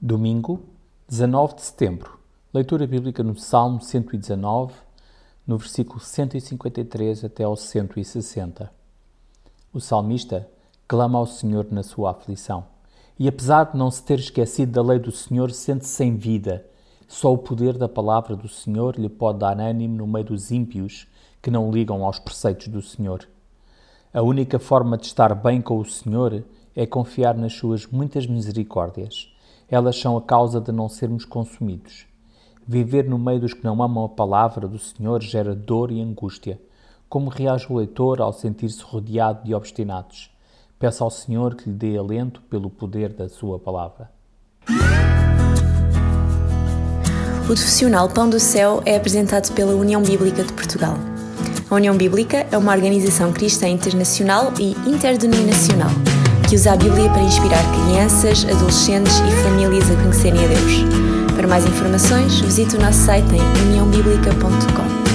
Domingo, 19 de setembro. Leitura bíblica no Salmo 119, no versículo 153 até ao 160. O salmista clama ao Senhor na sua aflição. E apesar de não se ter esquecido da lei do Senhor, sente-se sem vida. Só o poder da palavra do Senhor lhe pode dar ânimo no meio dos ímpios que não ligam aos preceitos do Senhor. A única forma de estar bem com o Senhor é confiar nas suas muitas misericórdias. Elas são a causa de não sermos consumidos. Viver no meio dos que não amam a palavra do Senhor gera dor e angústia. Como reage o leitor ao sentir-se rodeado de obstinados? Peça ao Senhor que lhe dê alento pelo poder da sua palavra. O profissional Pão do Céu é apresentado pela União Bíblica de Portugal. A União Bíblica é uma organização cristã internacional e interdenominacional que usa a Bíblia para inspirar crianças, adolescentes e famílias a conhecerem a Deus. Para mais informações, visite o nosso site em uniãobiblica.com.